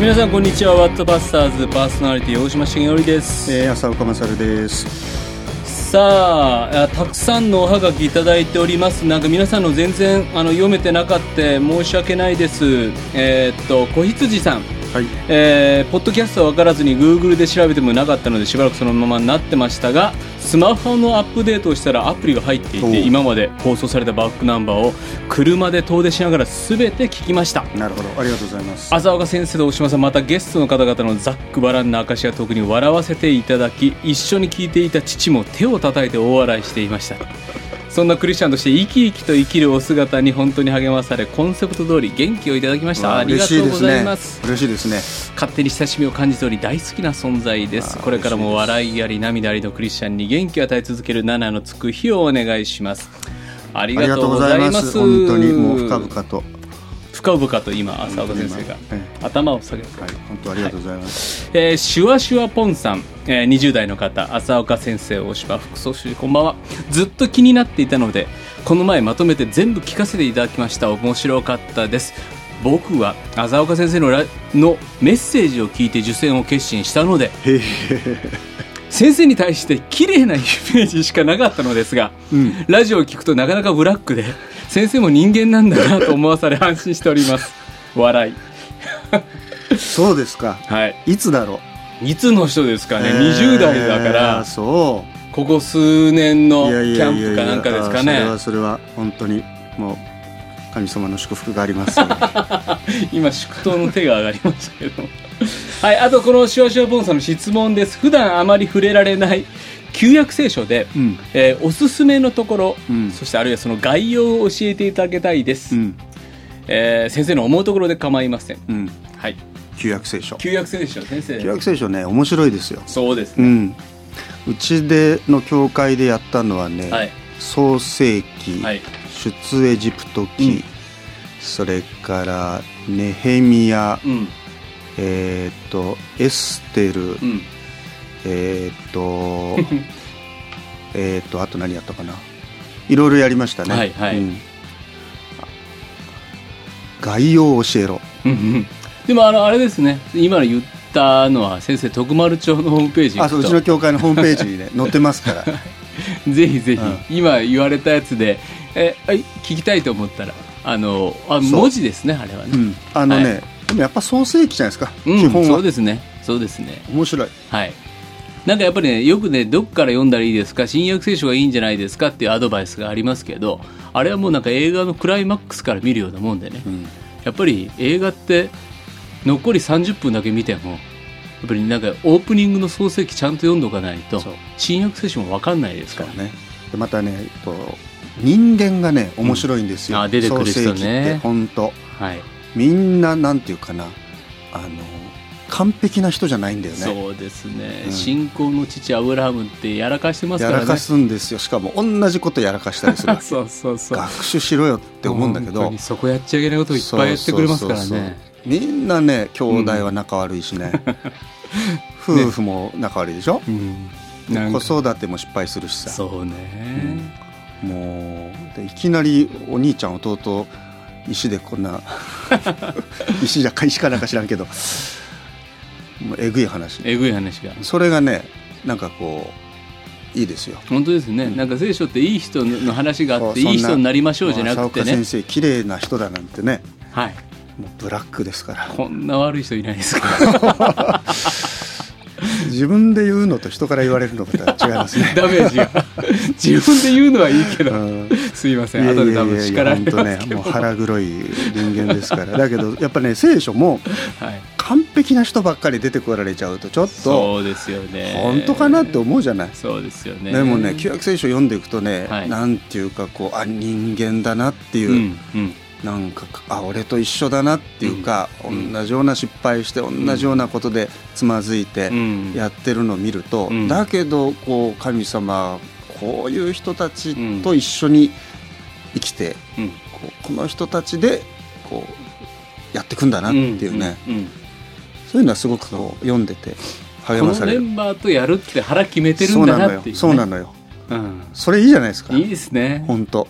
皆さんこんにちは。ワッツバスターズパーソナリティ大島重則です。 浅岡勝です。 さあ、たくさんのおはがきいただいております。なんか皆さんの全然読めてなかった申し訳ないです。子羊さん、はい、ポッドキャストは分からずに Google で調べてもなかったのでしばらくそのままになってましたが、スマホのアップデートをしたらアプリが入っていて、今まで放送されたバックナンバーを車で遠出しながら全て聞きました。 なるほど、ありがとうございます。 浅岡先生と大島さん、またゲストの方々のざっくばらんな証や特に笑わせていただき、一緒に聞いていた父も手を叩いて大笑いしていました。そんなクリスチャンとして生き生きと生きるお姿に本当に励まされ、コンセプト通り元気をいただきました。ありがとうございます。 嬉しいですね。 勝手に親しみを感じており大好きな存在です。これからも笑いあり涙ありのクリスチャンに元気を与え続ける7のつく日をお願いします。ありがとうございます。 本当にもう深々と今浅岡先生が頭を下げて、 はい、本当ありがとうございます。 シュワシュワポンさん、20代の方、浅岡先生、大島副総裁、こんばんは。ずっと気になっていたのでこの前まとめて全部聞かせていただきました。面白かったです。僕は浅岡先生のメッセージを聞いて受選を決心したので先生に対して綺麗なイメージしかなかったのですが、ラジオを聞くとなかなかブラックで先生も人間なんだなと思わされ安心しております。笑いそうですか、はい、いつだろう、いつの人ですかね。20代だから、 そうここ数年のキャンプかなんかですかね。 それは本当にもう神様の祝福がありますよね今祝祷の手が上がりましたけどはい、あとこのシュワシュワポンさんの質問です。普段あまり触れられない旧約聖書で、おすすめのところ、そしてあるいはその概要を教えていただきたいです。先生の思うところで構いません。はい、 旧約聖書先生、 旧約聖書ね、面白いですよ。 そうですね、 うちでの教会でやったのはね、はい、創世記、はい、出エジプト記、それからネヘミヤ、エステル、あと何やったかな、いろいろやりましたね。はいはい、概要を教えろでもあれですね、今言ったのは先生徳丸町のホームページ行くと、 うちの教会のホームページに、ね、載ってますからぜひぜひ、今言われたやつで聞きたいと思ったら文字ですね、あれはね、 はい、でもやっぱ創世記じゃないですか、基本は。 そうですね面白い。 はい、なんかやっぱりね、よくね、どっから読んだらいいですか、新約聖書がいいんじゃないですかっていうアドバイスがありますけど、あれはもうなんか映画のクライマックスから見るようなもんでね、やっぱり映画って残り30分だけ見てもやっぱりなんかオープニングの創世記ちゃんと読んでおかないと新約聖書も分かんないですからね。 でまたね、人間がね面白いんですよ、 出てくる人ね。 創世記って本当、 はい、 みんななんていうかな、完璧な人じゃないんだよね。 そうですね、信仰の父アブラハムってやらかしてますからね。 やらかすんですよ。しかも同じことやらかしたりするそう学習しろよって思うんだけど、 本当にそこやっちゃいけないことをいっぱいやってくれますからね。 みんなね、兄弟は仲悪いしね、夫婦も仲悪いでしょ、子育ても失敗するしさ。 そうね、 もうでいきなりお兄ちゃん弟石でこんな石かなんか知らんけど、もうえぐい話が、それがね、なんかこういいですよ。 本当ですね、なんか聖書っていい人の話があっていい人になりましょうじゃなくてね、 浅岡先生綺麗な人だなんてね、 はい、 もうブラックですから。 こんな悪い人いないですから自分で言うのと人から言われるのとは違いますねダメージが自分で言うのはいいけど、すいません、後で多分叱られますけど。 本当ね、もう腹黒い人間ですからだけどやっぱね、聖書も完璧な人ばっかり出てこられちゃうとちょっと、 そうですよね、 本当かなって思うじゃない。 そうですよね。 でもね、旧約聖書読んでいくとね、なんていうかこう、人間だなっていう、なんか俺と一緒だなっていうか、同じような失敗して同じようなことでつまずいてやってるのを見ると、だけどこう神様こういう人たちと一緒に生きて、この人たちでこうやっていくんだなっていうね、そういうのはすごくこう読んでて励まされる。 このメンバーとやるって腹決めてるんだなっていう、ね、 そうなのよ、それいいじゃないですか。 いいですね。 本当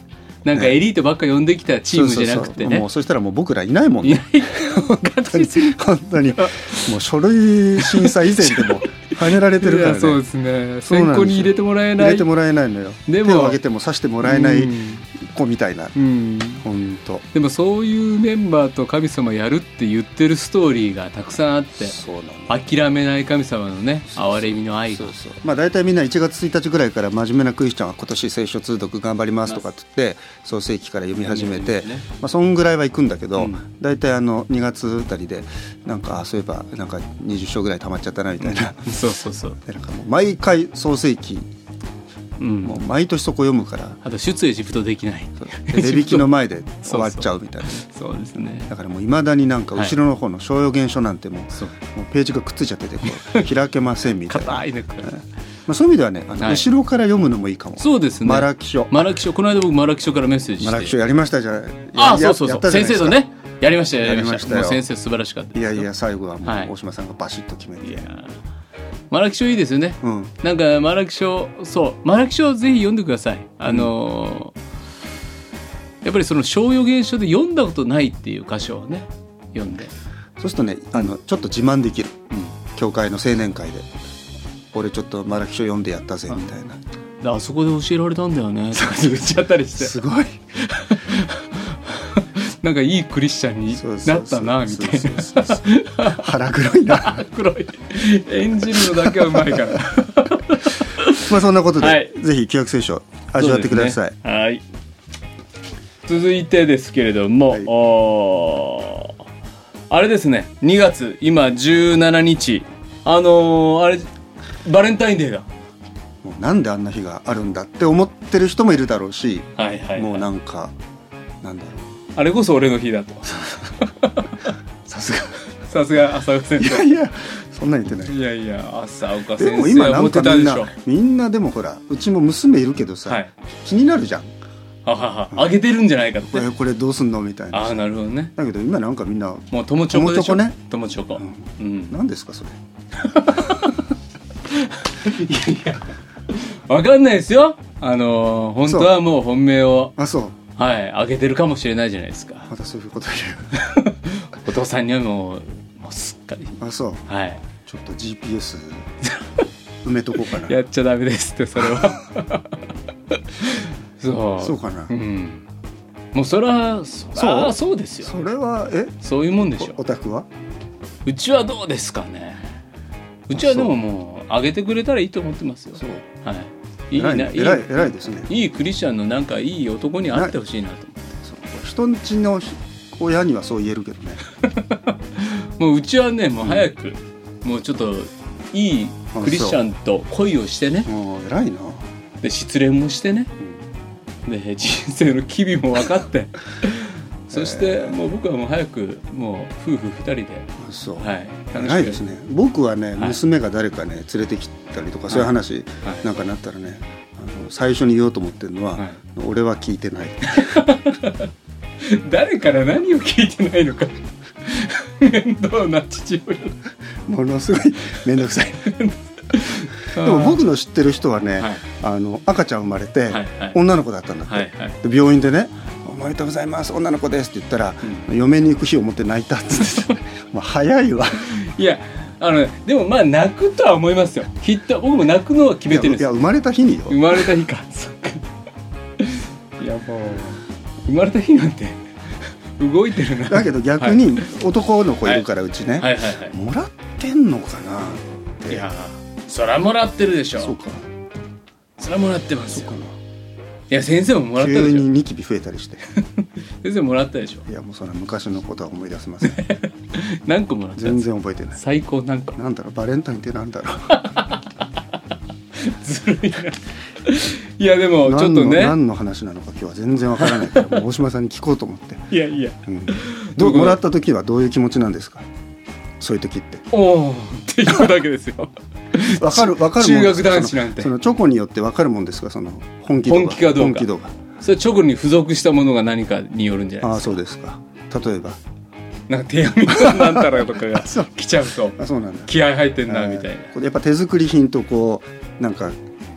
なんかエリートばっか呼んできたチームじゃなくてね、 もうそしたらもう僕らいないもんね。本当にもう書類審査以前でもはねられてるからね。 そうですね、選考に入れてもらえない、 入れてもらえないのよ。 でも手を挙げても指してもらえない子みたいな、本当。 でもそういうメンバーと神様やるって言ってるストーリーがたくさんあって、 そうなんだ。 諦めない神様のね、憐れみの愛が、 そうそう、まあ、大体みんな1月1日ぐらいから真面目なクリスチャンは今年聖書通読頑張りますとかって言って創世記から読み始めて、まあ、そんぐらいは行くんだけど、大体2月あたりでなんかそういえばなんか20章ぐらい溜まっちゃったなみたいな、 そうそうそう、 でなんかもう毎回創世記、もう毎年そこ読むから、 あと出エジプトできない、 レビ記の前で終わっちゃうみたいな。 そうですね。 だからもういまだになんか後ろの方の小予言書なんてもうページがくっついちゃっててこう開けませんみたいな。 硬いね。 まあ、そういう意味ではね、後ろから読むのもいいかも。 そうですね。 マラキ書。 マラキ書、この間僕マラキ書からメッセージして。 マラキ書やりましたじゃあ、そうそうそう。先生とね、やりましたやりました。もう先生素晴らしかったです。 いやいや、最後はもう大島さんがバシッと決めて。 マラキ書いいですよね。なんかマラキ書、そうマラキ書ぜひ読んでください。やっぱりその小予言書で読んだことないっていう箇所をね読んで、 そうするとね、ちょっと自慢できる、教会の青年会で俺ちょっとマラキ書読んでやったぜみたいな、 あそこで教えられたんだよねとか言っちゃったりして、 すごいなんかいいクリスチャンになったなみたいな。 腹黒いな。 腹黒い。演じるのだけはうまいから。 まあそんなことで、ぜひ旧約聖書味わってください。 はい。続いてですけれども、あれですね、2月今17日、あれバレンタインデーだ。 もうなんであんな日があるんだって思ってる人もいるだろうし、もうなんかなんだろう。 あれこそ俺の日だと。 さすが浅岡先生。 いやいや、そんなに言ってない。 いやいや、浅岡先生。 でも今なんかみんなでもほら、うちも娘いるけどさ、気になるじゃん。 あげてるんじゃないかって。 これどうすんのみたいな。 あ、なるほどね。 だけど今なんかみんなもう友チョコでしょ。 ね。 友チョコ。 何ですかそれ。 いやいや、わかんないですよ。本当はもう本命を。 あ、そう。 はい、あげてるかもしれないじゃないですか。 またそういうこと言う。 お父さんにはもうすっかり。 あ、そう。 はい。 ちょっと GPS 埋めとこうかな。 やっちゃダメですってそれは。 そうかな。 もうそれはそうですよ。 それはそういうもんでしょ。 お宅は？ うちはどうですかね。うちはでももうあげてくれたらいいと思ってますよ。そう。はい。 偉いですね。 いいクリスチャンのなんかいい男に会ってほしいなと思って。 人んちの親にはそう言えるけどね。 もううちはね、もう早く、もうちょっといいクリスチャンと恋をしてね。 偉いな。 で失恋もしてね。で人生の機微も分かって。そしてもう僕はもう早くもう夫婦2人で。 そう。 はい。 ないですね。僕はね、娘が誰かね連れてきたりとかそういう話なんかなったらね、最初に言おうと思ってるのは、俺は聞いてない。誰から何を聞いてないのか。面倒な父親。 ものすごい面倒くさい。でも僕の知ってる人はね、赤ちゃん生まれて女の子だったんだって。で病院でね、おめでとうございます女の子ですって言ったら、嫁に行く日を持って泣いたって言って。もう早いわ。いやでもまあ泣くとは思いますよ。きっと僕も泣くのは決めてるんです。 いや生まれた日によ。 生まれた日か。いやもう生まれた日なんて動いてるな。 だけど逆に男の子いるからうちね、もらってんのかなって。 いやそりゃもらってるでしょ。 そうか。 そりゃもらってますよ。いや先生ももらったでしょ。 急にニキビ増えたりして。 先生もらったでしょ。 いやもうそんな昔のことは思い出せません。 何個もらった？ 全然覚えてない。 最高何個？ なんだろうバレンタインってなんだろう。 ずるいな。いやでもちょっとね。 何の話なのか今日は全然わからないから、もう大島さんに聞こうと思って。 いやいや。 もらった時はどういう気持ちなんですか？そういう時って。 おーっていうだけですよ。 わかる中学男子なんて。 そのチョコによってわかるもんですか？その本気かどうか。それチョコに付属したものが何かによるんじゃないですか。 そうですか。例えばなんか手紙なんたらとかが来ちゃうとそうなんだ。 気合入ってんなみたいな。 やっぱ手作り品とこうなんか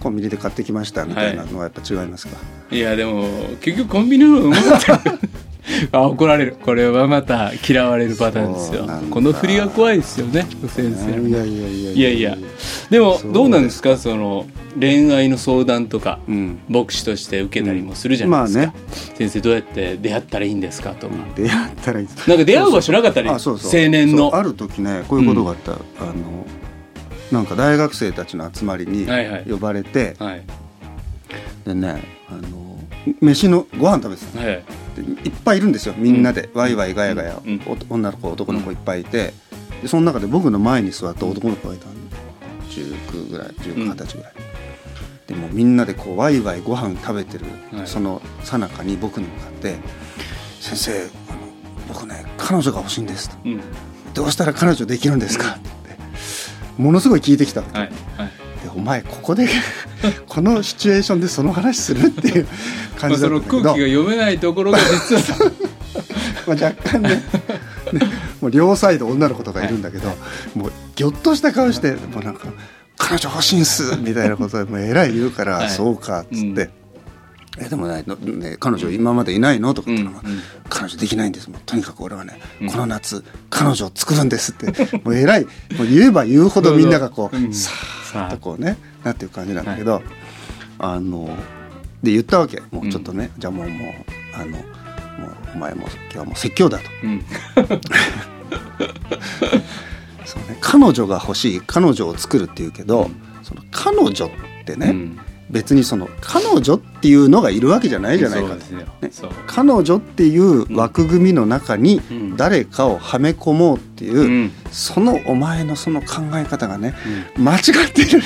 コンビニで買ってきましたみたいなのはやっぱ違いますか？ いやでも結局コンビニの方がうまかった怒られる。これはまた嫌われるパターンですよ。この振りが怖いですよね先生。いやでもどうなんですか、その恋愛の相談とか、牧師として受けたりもするじゃないですか、先生どうやって出会ったらいいんですかとか、 出会ったらいいなんか出会う場所なかったり、青年のある時ねこういうことがあった、なんか大学生たちの集まりに呼ばれて、でね飯のご飯食べてた、いっぱいいるんですよみんなで、ワイワイガヤガヤ、女の子男の子いっぱいいて、でその中で僕の前に座った男の子がいたの、19ぐらい19、20歳ぐらい、でもみんなでこうワイワイご飯食べてる、その最中に僕に向かって「先生僕ね彼女が欲しいんです」と、どうしたら彼女できるんですか?」って言ってものすごい聞いてきたわけ、でお前ここでこのシチュエーションでその話するっていう感じだったんだけど、 その空気が読めないところが実は若干ねもう両サイド女の子とかいるんだけど、もうギョッとした顔してもうなんか彼女欲しいんすみたいなことでもうえらい言うから、そうかっつって、でもね彼女今までいないのとか言ったら、彼女できないんです、もうとにかく俺はね、この夏彼女を作るんですってもうえらいもう言えば言うほどみんながこうさーっとこうねなっていう感じなんだけど、で言ったわけ、もうちょっとね、じゃあもうお前も今日はもう説教だと、そうね、彼女が欲しい彼女を作るっていうけど、その彼女ってね、別にその彼女っていうのがいるわけじゃないじゃないかと、彼女っていう枠組みの中に誰かをはめ込もうっていう、そのお前のその考え方がね、間違ってる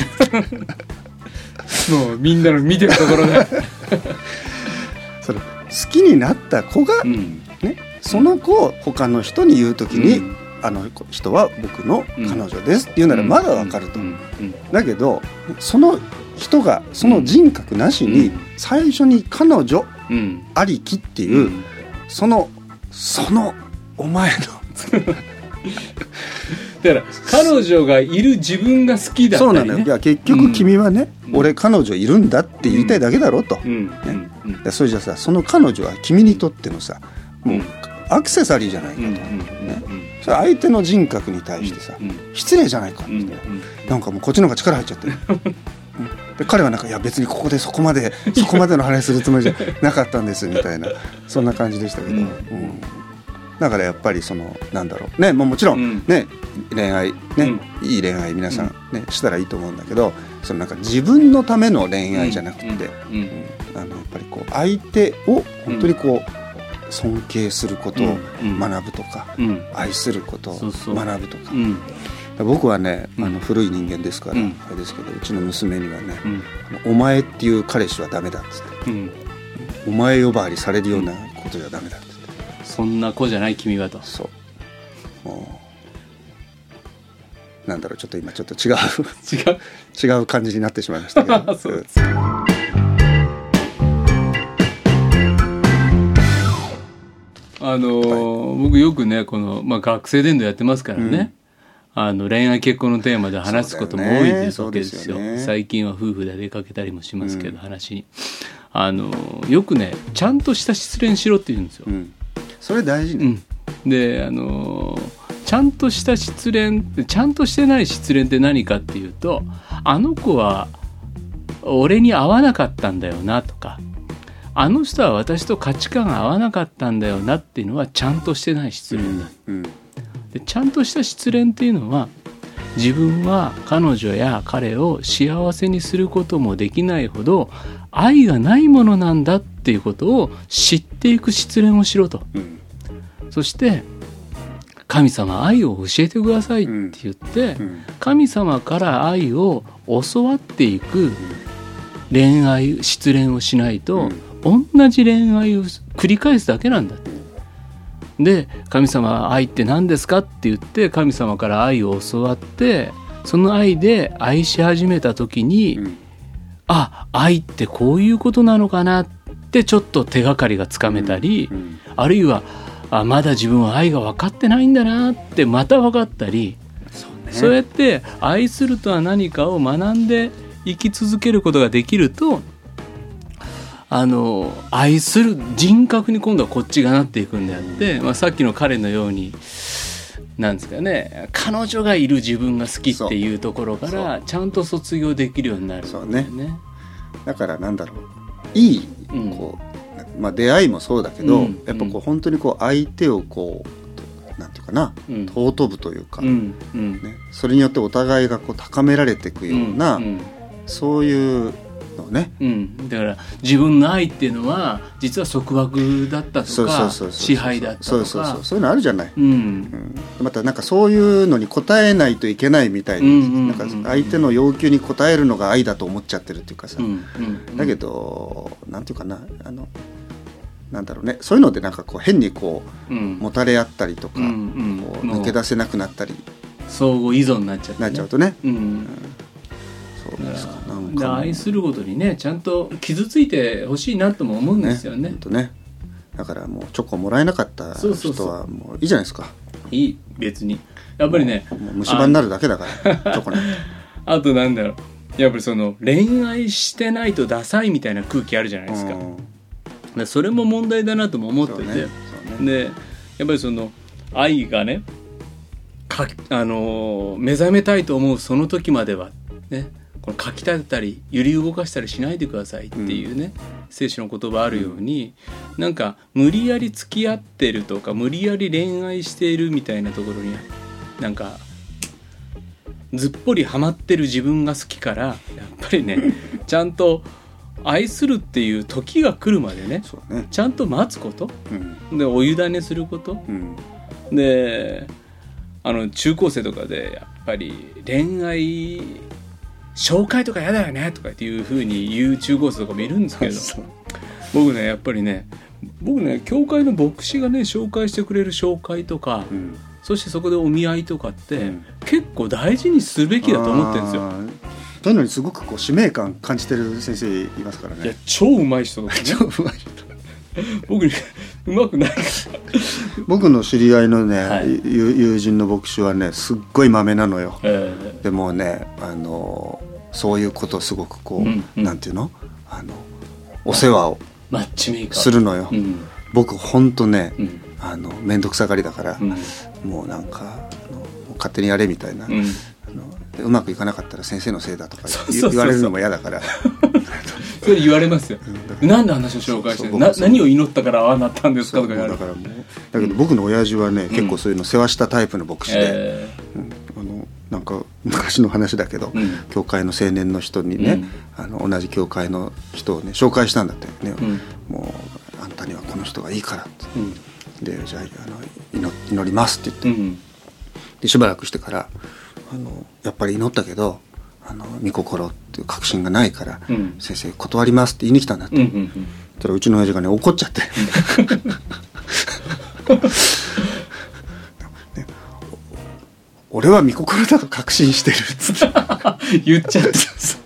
もうみんなの見てるところでそれ好きになった子が、その子を他の人に言うときに、あの人は僕の彼女ですって言うならまだわかると、だけどその人がその人格なしに最初に彼女ありきっていう、そのお前のだから彼女がいる自分が好きだったりね、 そうなのよ。いや結局君はね、俺彼女いるんだって言いたいだけだろと、それじゃさ、その彼女は君にとってのさ、もうアクセサリーじゃないかと、それ相手の人格に対してさ、失礼じゃないかって、なんかもうこっちの方が力入っちゃってるで彼はなんか、いや別にここでそこまでの話するつもりじゃなかったんですみたいな、そんな感じでしたけど、だからやっぱりそのなんだろうね、もちろんね、恋愛ね、いい恋愛皆さんね、したらいいと思うんだけど、そのなんか自分のための恋愛じゃなくて、やっぱりこう相手を本当にこう尊敬することを学ぶとか、愛することを学ぶとか、僕はね、古い人間ですから、あれですけど、うちの娘にはね、お前っていう彼氏はダメだっつって、お前呼ばわりされるようなことじゃダメだっつって、 そんな子じゃない君はと。 そうもうなんだろう、ちょっと今ちょっと違う感じになってしまいましたけどそうです。 僕よくねこの、学生伝道やってますからね、恋愛結婚のテーマで話すことも多いですわけですよ。最近は夫婦で出かけたりもしますけど、話によくね、ちゃんとした失恋しろって言うんですよ、 それ大事ね、 でちゃんとした失恋、ちゃんとしてない失恋って何かっていうと、あの子は俺に合わなかったんだよなとか、あの人は私と価値観が合わなかったんだよなっていうのはちゃんとしてない失恋だ、でちゃんとした失恋っていうのは、自分は彼女や彼を幸せにすることもできないほど愛がないものなんだっていうことを知っていく失恋をしろと、そして神様愛を教えてくださいって言って、神様から愛を教わっていく恋愛失恋をしないと、同じ恋愛を繰り返すだけなんだって。で神様愛って何ですかって言って、神様から愛を教わって、その愛で愛し始めた時に、愛ってこういうことなのかなってちょっと手がかりがつかめたり、あるいはまだ自分は愛が分かってないんだなってまた分かったり、そうやって愛するとは何かを学んで生き続けることができると、愛する人格に今度はこっちがなっていくんであって、さっきの彼のようになんですかね、彼女がいる自分が好きっていうところからちゃんと卒業できるようになるんだよね。 そうね。だからなんだろう、いいこう、出会いもそうだけど、やっぱこう本当にこう相手をこうなんていうかな、尊ぶというか、ね、それによってお互いがこう高められていくような、そういうのね、 だから自分の愛っていうのは実は束縛だったとか支配だったとか、 そういうのあるじゃない、またなんかそういうのに応えないといけないみたいに、なんか相手の要求に応えるのが愛だと思っちゃってるっていうかさ、だけどなんていうかな、なんだろうね、そういうのでなんかこう変にこう、もたれ合ったりとか、こう抜け出せなくなったり、 相互依存になっちゃって、 なっちゃうとね、そうですか。なんか愛することにね、ちゃんと傷ついてほしいなとも思うんですよね。 だからもうチョコもらえなかった人はもういいじゃないですか。 いい、別にやっぱりね、 もう虫歯になるだけだからチョコなんて。 あとなんだろう、やっぱりその恋愛してないとダサいみたいな空気あるじゃないですか。それも問題だなとも思ってて、でやっぱりその愛がね、目覚めたいと思うその時まではね、このかき立てたり揺り動かしたりしないでくださいっていうね、聖書の言葉あるように、なんか無理やり付き合ってるとか無理やり恋愛しているみたいなところになんかずっぽりハマってる自分が好きから、やっぱりねちゃんと愛するっていう時が来るまでね、ちゃんと待つこと、でお委ねすること、で中高生とかでやっぱり恋愛紹介とかやだよねとかっていう風に言う中高生とかもいるんですけど僕ね、やっぱりね、教会の牧師がね紹介してくれる紹介とか、そしてそこでお見合いとかって、結構大事にするべきだと思ってるんですよ。 そういうのにすごくこう使命感感じてる先生いますからね。 いや、超うまい人だね。超うまい人僕にうまくないから僕の知り合いのね、友人の牧師はねすっごいマメなのよ、でもね、そういうことをすごくこう、なんていうの、お世話をマッチメーカーするのよ、僕ほんとね、めんどくさがりだから、もうなんか勝手にやれみたいな、うまくいかなかったら先生のせいだとか言われるのも嫌だからそれ言われますよ、なんで話を紹介して何を祈ったからああなったんですかとか言われる。 だけど僕の親父はね、結構そういうの世話したタイプの牧師で、なんか昔の話だけど、教会の青年の人にね、同じ教会の人をね紹介したんだってね、もうあんたにはこの人がいいからって、でじゃあ祈りますって言って、でしばらくしてからやっぱり祈ったけど御心っていう確信がないから、先生断りますって言いに来たんだって、そしたらうちの親父がね怒っちゃってね、俺は御心だと確信してるっつって言っちゃった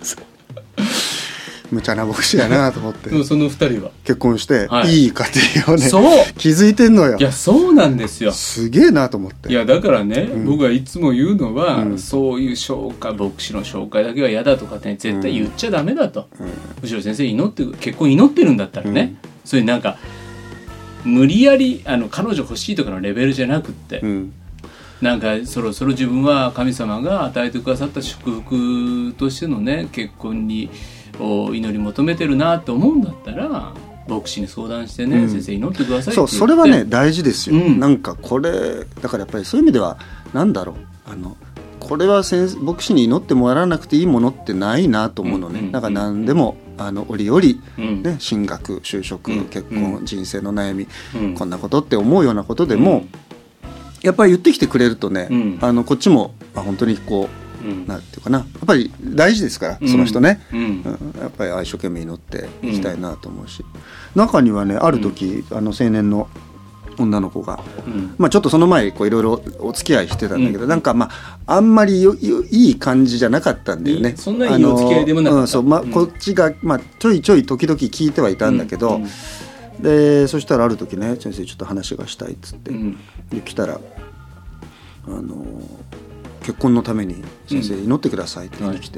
無茶な牧師やなと思って。 その二人は結婚して、いい家庭をね気づいてんのよ。 いや、そうなんですよ。 すげえなと思って。 いやだからね、僕はいつも言うのは、そういう紹介、牧師の紹介だけは嫌だとかね、絶対言っちゃダメだと、むしろ先生結婚祈ってるんだったらね、そういうなんか無理やり彼女欲しいとかのレベルじゃなくって、なんかそろそろ自分は神様が与えてくださった祝福としてのね結婚に祈り求めてるなと思うんだったら牧師に相談してね、先生祈ってくださいって言って。 それはね大事ですよ、なんかこれだからやっぱりそういう意味ではなんだろう、これは牧師に祈ってもらわなくていいものってないなと思うのね、だから何でも折々、ね、進学就職、結婚、人生の悩み、こんなことって思うようなことでも、やっぱり言ってきてくれるとね、こっちも本当にこうなんていうかな、やっぱり大事ですから、その人ね、やっぱり一生懸命祈っていきたいなと思うし、中にはねある時、青年の女の子が、ちょっとその前いろいろお付き合いしてたんだけど、なんかあんまりいい感じじゃなかったんだよね。 そんないいお付き合いでもなかった。 こっちが、ちょいちょい時々聞いてはいたんだけど、でそしたらある時ね、先生ちょっと話がしたいっつって、で来たら結婚のために先生祈ってくださいって言ってきて、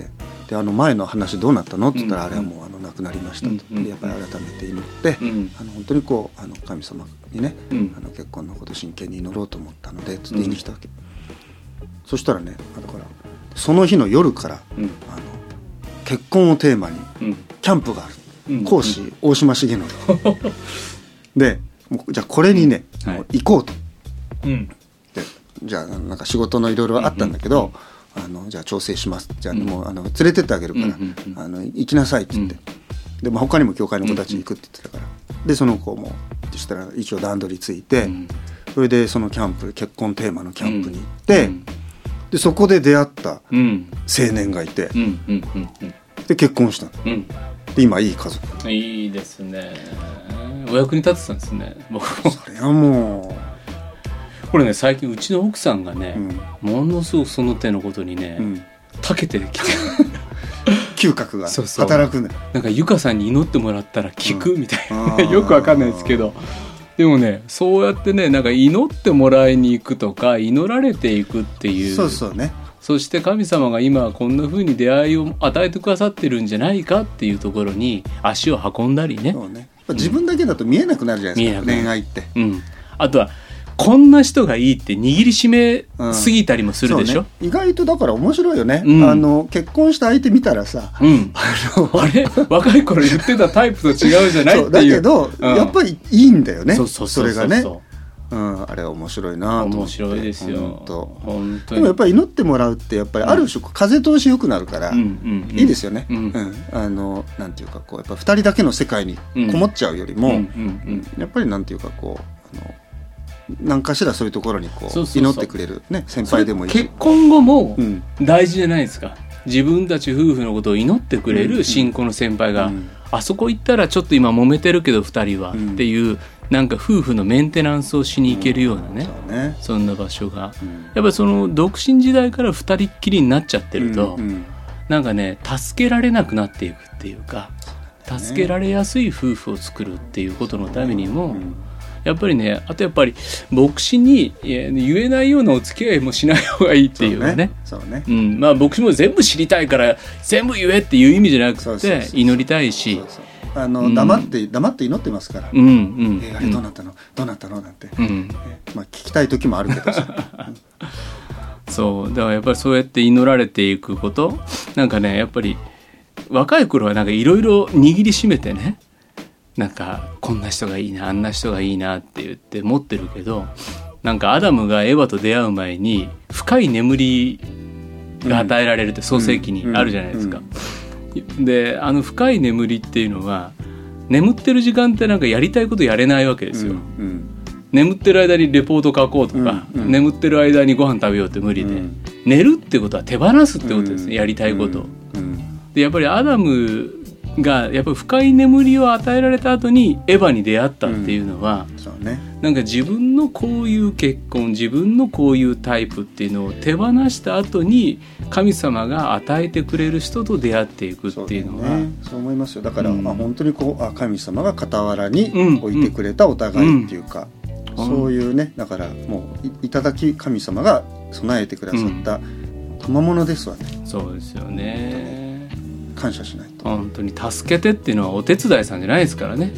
で前の話どうなったのって言ったら、あれはもう亡くなりましたと、でやっぱり改めて祈って、本当にこう神様にね、結婚のこと真剣に祈ろうと思ったのでつって言いに来たわけ、そしたらね、だからその日の夜から、結婚をテーマにキャンプがある、講師大島重則で、もうじゃあこれにね、もう行こうと、でじゃあなんか仕事のいろいろあったんだけど、じゃあ調整します、じゃあもう連れてってあげるから、行きなさいって言って、でも他にも教会の子たち行くって言ってたから、でその子もそしたら一応段取りついて、それでそのキャンプ、結婚テーマのキャンプに行って、でそこで出会った青年がいて、で結婚したの、で今いい家族。 いいですね。お役に立ってたんですね。僕もそれはもうこれね、最近うちの奥さんがね、ものすごくその手のことにね、長けてきて嗅覚が働くね。 なんかゆかさんに祈ってもらったら聞くみたいな、よくわかんないですけど、でもね、そうやってね、なんか祈ってもらいに行くとか祈られていくっていう、 そうね、 そして神様が今こんな風に出会いを与えてくださってるんじゃないかっていうところに足を運んだりね。 そうね、自分だけだと見えなくなるじゃないですか、恋愛って、 あとはこんな人がいいって握りしめすぎたりもするでしょ、 意外とだから面白いよね、結婚した相手見たらさ、あれ若い頃言ってたタイプと違うじゃないっていう。 だけど、やっぱりいいんだよね、それがね。あれは面白いなと思って。 面白いですよ、本当に。 でもやっぱり祈ってもらうってやっぱりある種風通し良くなるからいいですよね。なんていうかこうやっぱ2人だけの世界にこもっちゃうよりも、やっぱりなんていうかこう何かしらそういうところにこう祈ってくれる、ね、先輩でもいいし、 結婚後も大事じゃないですか、自分たち夫婦のことを祈ってくれる信仰の先輩が、あそこ行ったらちょっと今揉めてるけど2人はっていう、なんか夫婦のメンテナンスをしに行けるようなね、そんな場所が、やっぱりその独身時代から2人っきりになっちゃってると、なんかね、助けられなくなっていくっていうか、助けられやすい夫婦を作るっていうことのためにも、やっぱりね、あとやっぱり牧師に言えないようなお付き合いもしない方がいいっていうかね、まあ牧師も全部知りたいから全部言えっていう意味じゃなくて、祈りたいし、 黙って祈ってますから、あれどうなったのなんて、まあ聞きたい時もあるけどさそうだからやっぱりそうやって祈られていくこと、なんかね、やっぱり若い頃はなんかいろいろ握りしめてね、なんかこんな人がいいな、あんな人がいいなって言って持ってるけど、なんかアダムがエヴァと出会う前に深い眠りが与えられるって創世記にあるじゃないですか。で、深い眠りっていうのは、眠ってる時間ってなんかやりたいことやれないわけですよ。眠ってる間にレポート書こうとか、眠ってる間にご飯食べようって無理で、寝るってことは手放すってことですね、やりたいことを。でやっぱりアダムがやっぱり深い眠りを与えられた後にエヴァに出会ったっていうのは、なんか自分のこういう結婚、自分のこういうタイプっていうのを手放した後に神様が与えてくれる人と出会っていくっていうのは、 そう思いますよ。だから、本当にこう神様が傍らに置いてくれたお互いっていうか、そういうね、だからもう いただき神様が備えてくださった賜物ですわね。 そうですよね。 感謝しないと。 本当に助けてっていうのはお手伝いさんじゃないですからね。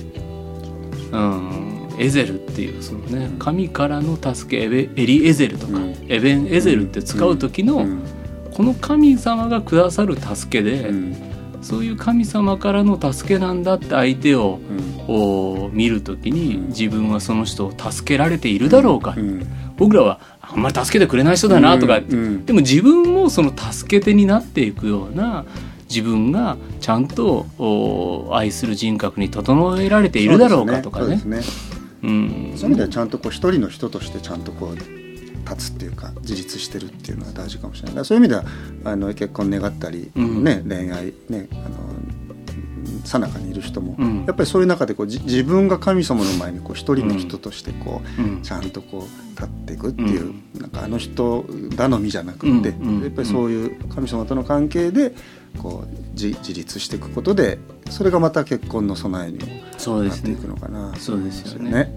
エゼルっていうそのね、神からの助け、エリエゼルとか、エベンエゼルって使う時の、この神様がくださる助けで、そういう神様からの助けなんだって相手を、見る時に自分はその人を助けられているだろうか、僕らはあんまり助けてくれない人だなとか、でも自分もその助け手になっていくような自分がちゃんと愛する人格に整えられているだろうかとかね。そういう意味ではちゃんとこう一人の人としてちゃんとこう立つっていうか自立してるっていうのは大事かもしれない。だからそういう意味では結婚願ったり、恋愛ね、さなかにいる人も、やっぱりそういう中でこう自分が神様の前にこう一人の人としてこう、ちゃんとこう立っていくっていう、なんかあの人頼みじゃなくて、やっぱりそういう神様との関係でこう自立していくことで、それがまた結婚の備えにもなっていくのかな。 そうですよね。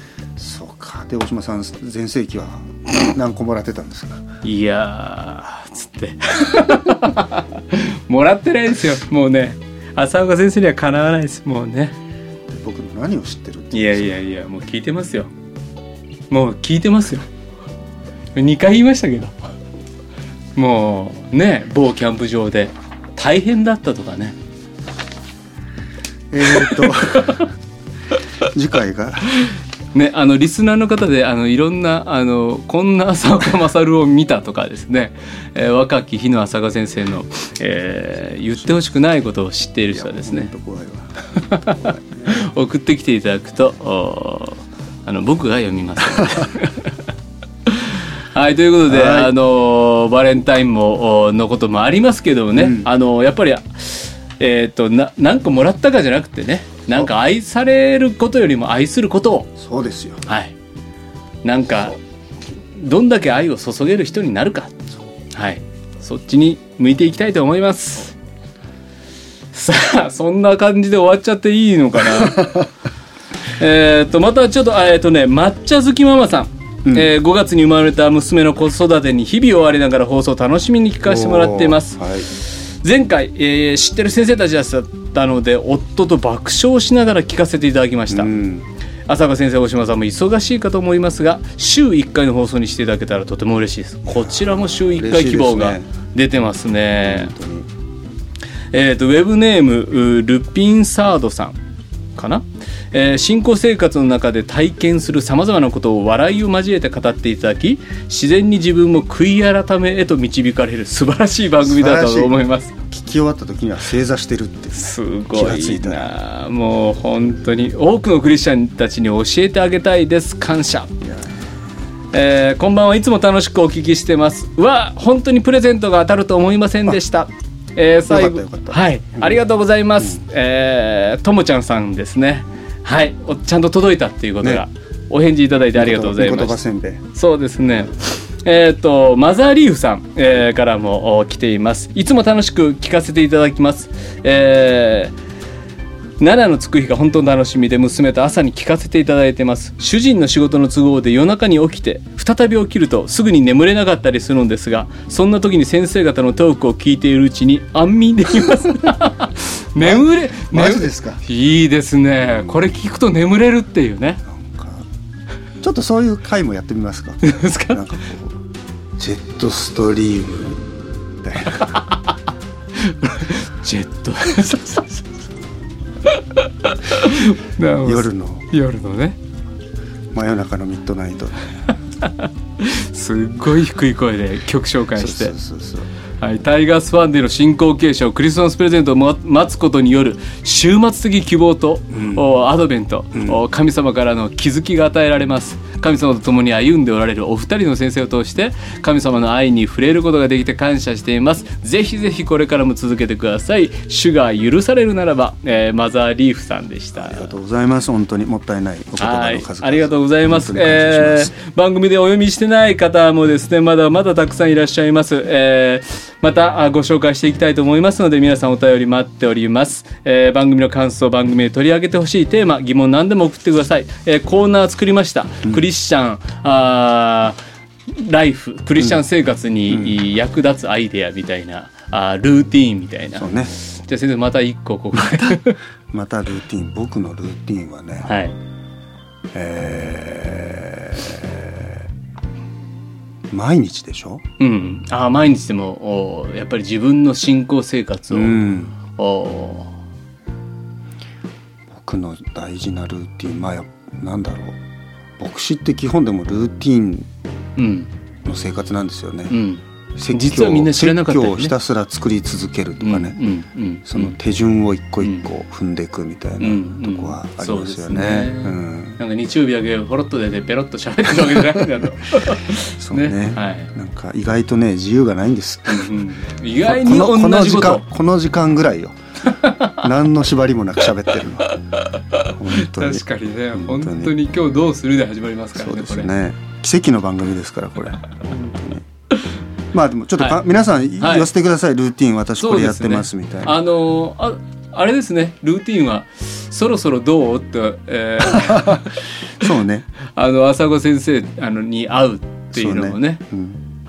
そうか。で大島さん全盛期は何個もらってたんですか？ いやつってもらってないですよ。もうね浅岡先生にはかなわないです。もうね僕の何を知ってるって。 いやもう聞いてますよ。もう聞いてますよ。2回言いましたけど、もうね某キャンプ場で大変だったとかね。 次回がね、リスナーの方でいろんなこんな浅岡勝を見たとかですね、若き日の浅岡先生の、言ってほしくないことを知っている人はですね送ってきていただくと僕が読みますはい、ということで、はい、バレンタインものこともありますけどもね、やっぱりなんかもらったかじゃなくてね、なんか愛されることよりも愛することを、 そうですよ、 はい、なんかどんだけ愛を注げる人になるか、はい、そっちに向いていきたいと思います。さあそんな感じで終わっちゃっていいのかなまたちょっと抹茶好きママさん、5月に生まれた娘の子育てに日々を追われながら放送を楽しみに聞かせてもらっています。はい、前回、知ってる先生たちだったので夫と爆笑しながら聞かせていただきました。浅川先生、大島さんも忙しいかと思いますが週1回の放送にしていただけたらとても嬉しいです。こちらも週1回希望が出てますね。ウェブネームルピンサードさんかな、信仰生活の中で体験するさまざまなことを笑いを交えて語っていただき、自然に自分も悔い改めへと導かれる素晴らしい番組だと思います。 聞き終わった時には正座してるってすごいな。もう本当に多くのクリスチャンたちに教えてあげたいです。感謝。こんばんは。いつも楽しくお聞きしてます。本当にプレゼントが当たると思いませんでした。最後、はい、ありがとうございます。ともちゃんさんですね。はい、ちゃんと届いたっていうことが、お返事いただいてありがとうございます。そうですね。マザーリーフさん、からも来ています。いつも楽しく聞かせていただきます。奈良の着く日が本当に楽しみで娘と朝に聞かせていただいてます。主人の仕事の都合で夜中に起きて再び起きるとすぐに眠れなかったりするんですが、そんな時に先生方のトークを聞いているうちに安眠できます眠れマジですか。 いいですね。これ聞くと眠れるっていうね。 なんかちょっとそういう回もやってみますか。 ですか。 なんかこうジェットストリームみたいなジェット夜のね、 真夜中のミッドナイトすっごい低い声で曲紹介して、 そうはい、タイガースファンでの信仰継承、クリスマスプレゼントを待つことによる終末的希望と、アドベント、神様からの気づきが与えられます。神様と共に歩んでおられるお二人の先生を通して神様の愛に触れることができて感謝しています。ぜひぜひこれからも続けてください。主が許されるならば、マザーリーフさんでした。 ありがとうございます。本当にもったいないお言葉の数々、 ありがとうございます。番組でお読みしてない方もですね、まだまだたくさんいらっしゃいます。またご紹介していきたいと思いますので、皆さんお便り待っております。番組の感想、番組で取り上げてほしいテーマ、疑問何でも送ってください。コーナー作りました。クリスチャンライフ、クリスチャン生活に役立つアイデアみたいな、ルーティーンみたいな。 そうね。 じゃあ先生また一個ここまたルーティーン。僕のルーティーンはね、 はい、 毎日でしょ。 毎日でもやっぱり自分の信仰生活を、 僕の大事なルーティン、なんだろう、牧師って基本でもルーティンの生活なんですよね。 実はみんな知らなかったよね。 説教をひたすら作り続けるとかね、その手順を一個一個踏んでいくみたいなとこはありますよね。 なんか日曜日だけポロッと出てペロッと喋ってるわけじゃないんだとそうね、はい、なんか意外とね自由がないんです、 意外に同じことこの時間ぐらいよ何の縛りもなく喋ってるの本当に確かにね、本当に今日どうするで始まりますからね。 そうですね、奇跡の番組ですからこれ本当にでもちょっと皆さん言わせてください、ルーティン私これやってますみたいな。 あれですね、ルーティンはそろそろどうって、 そうね、 浅子先生に会うっていうのもね、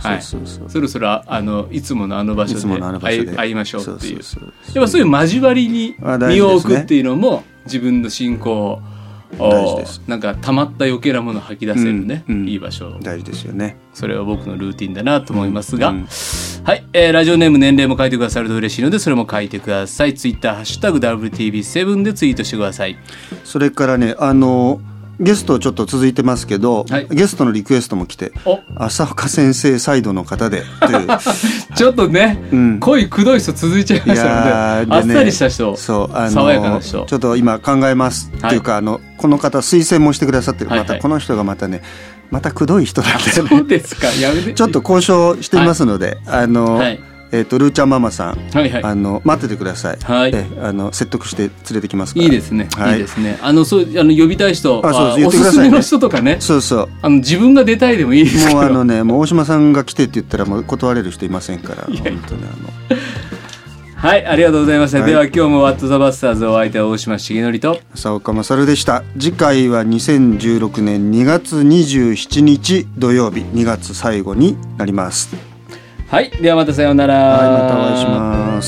そろそろいつものあの場所で会いましょうっていう、やっぱそういう交わりに身を置くっていうのも自分の信仰をなんか溜まった余計なものを吐き出せるね、いい場所、 大事ですよね。 それは僕のルーティンだなと思いますが、はい、ラジオネーム年齢も書いてくださると嬉しいのでそれも書いてください。ツイッターハッシュタグ WTB7 でツイートしてください。 それからねゲストちょっと続いてますけど、ゲストのリクエストも来て、浅岡先生サイドの方でというちょっとね、濃いくどい人続いちゃいましたので、あっさりした人、爽やかな人、 ちょっと今考えますっていうか、この方推薦もしてくださってる、またこの人がまたねまたくどい人なんでね。 そうですか、やめて。 ちょっと交渉していますので、ルーちゃんママさん、待っててください。説得して連れてきますから。 いいですね、いいですね。呼びたい人、おすすめの人とかね、自分が出たいでもいいですけど、 もう大島さんが来てって言ったらもう断れる人いませんから。本当にはい、ありがとうございました。では今日もワットザバスターズ、お相手は大島重則と浅岡勝でした。次回は2016年2月27日土曜日、2月最後になります。 はい、ではまたさようなら。 またお会いします。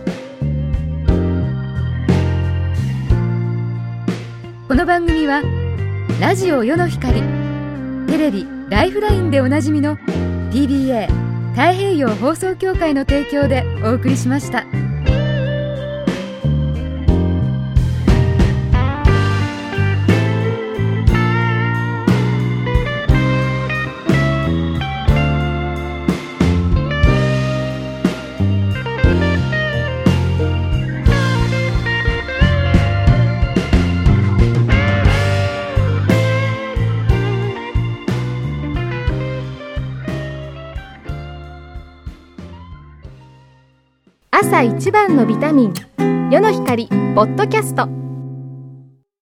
この番組はラジオ世の光、テレビライフラインでおなじみの TBA 太平洋放送協会の提供でお送りしました。朝一番のビタミン、世の光ポッドキャスト。